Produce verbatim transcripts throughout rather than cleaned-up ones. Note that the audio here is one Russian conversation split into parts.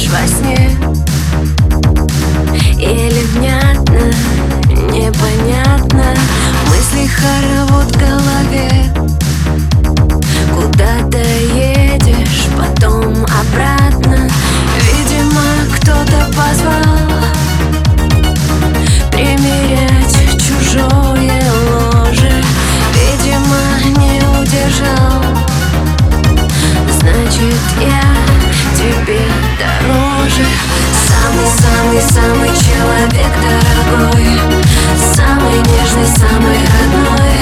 видишь во сне, или внятно, непонятно. Мысли хоровод в голове. Куда ты едешь, потом обратно. Видимо, кто-то позвал примерять чужое ложе. Видимо, не удержал. Значит, я тебе дороже. Самый-самый-самый человек дорогой, самый нежный, самый родной,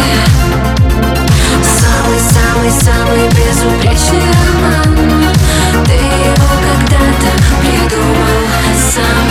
самый-самый-самый безупречный роман. Ты его когда-то придумал сам.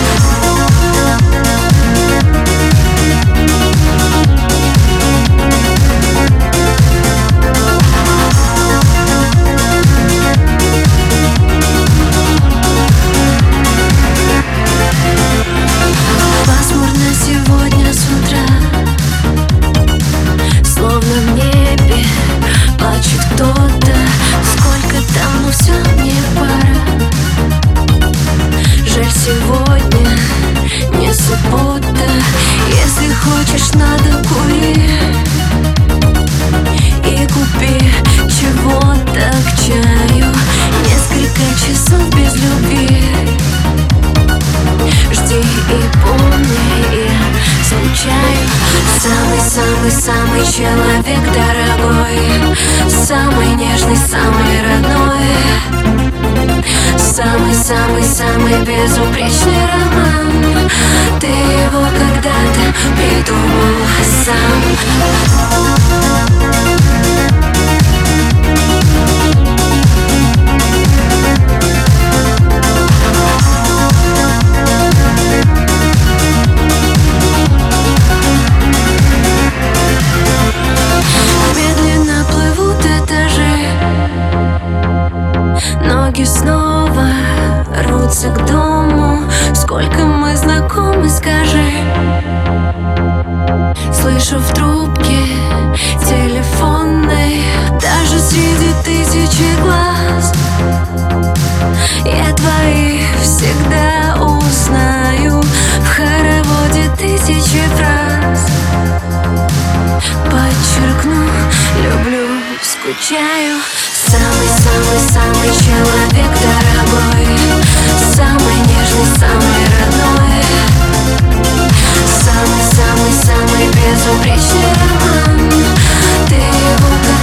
Сегодня с утра, словно в небе плачет кто-то. Сколько там, но все не пора. Жаль, сегодня не суббота. Если хочешь, надо кури и купи чего-то к чаю. Несколько часов без любви. Жди и помни, я скучаю. Самый-самый-самый человек дорогой, самый нежный, самый родной, самый-самый-самый безупречный роман. Ты его когда-то придумал сам. Ноги снова рвутся к дому. Сколько мы знакомы, скажи. Слышу в трубке телефонной, даже среди тысячи глаз, я твои всегда узнаю. В хороводе тысячи фраз. Подчеркну, люблю, скучаю. Самый-самый-самый человек дорогой, самый нежный, самый родной, самый-самый-самый безупречный роман. Ты его